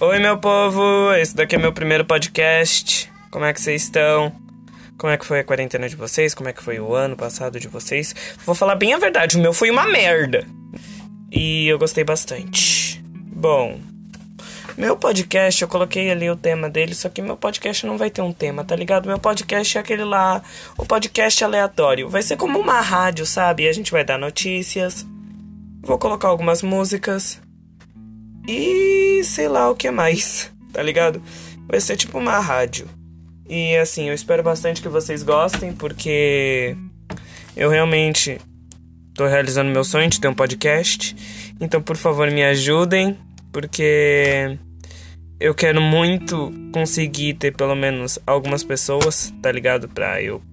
Oi, meu povo, esse daqui é meu primeiro podcast. Como é que vocês estão? Como é que foi a quarentena de vocês? Como é que foi o ano passado de vocês? Vou falar bem a verdade, o meu foi uma merda. E eu gostei bastante. Bom, meu podcast, eu coloquei ali o tema dele, só que meu podcast não vai ter um tema, tá ligado? Meu podcast é aquele lá, o podcast aleatório. Vai ser como uma rádio, sabe? A gente vai dar notícias, vou colocar algumas músicas e sei lá o que mais, tá ligado? Vai ser tipo uma rádio. E assim, eu espero bastante que vocês gostem, porque eu realmente tô realizando meu sonho de ter um podcast. Então, por favor, me ajudem, porque eu quero muito conseguir ter pelo menos algumas pessoas, tá ligado? Pra eu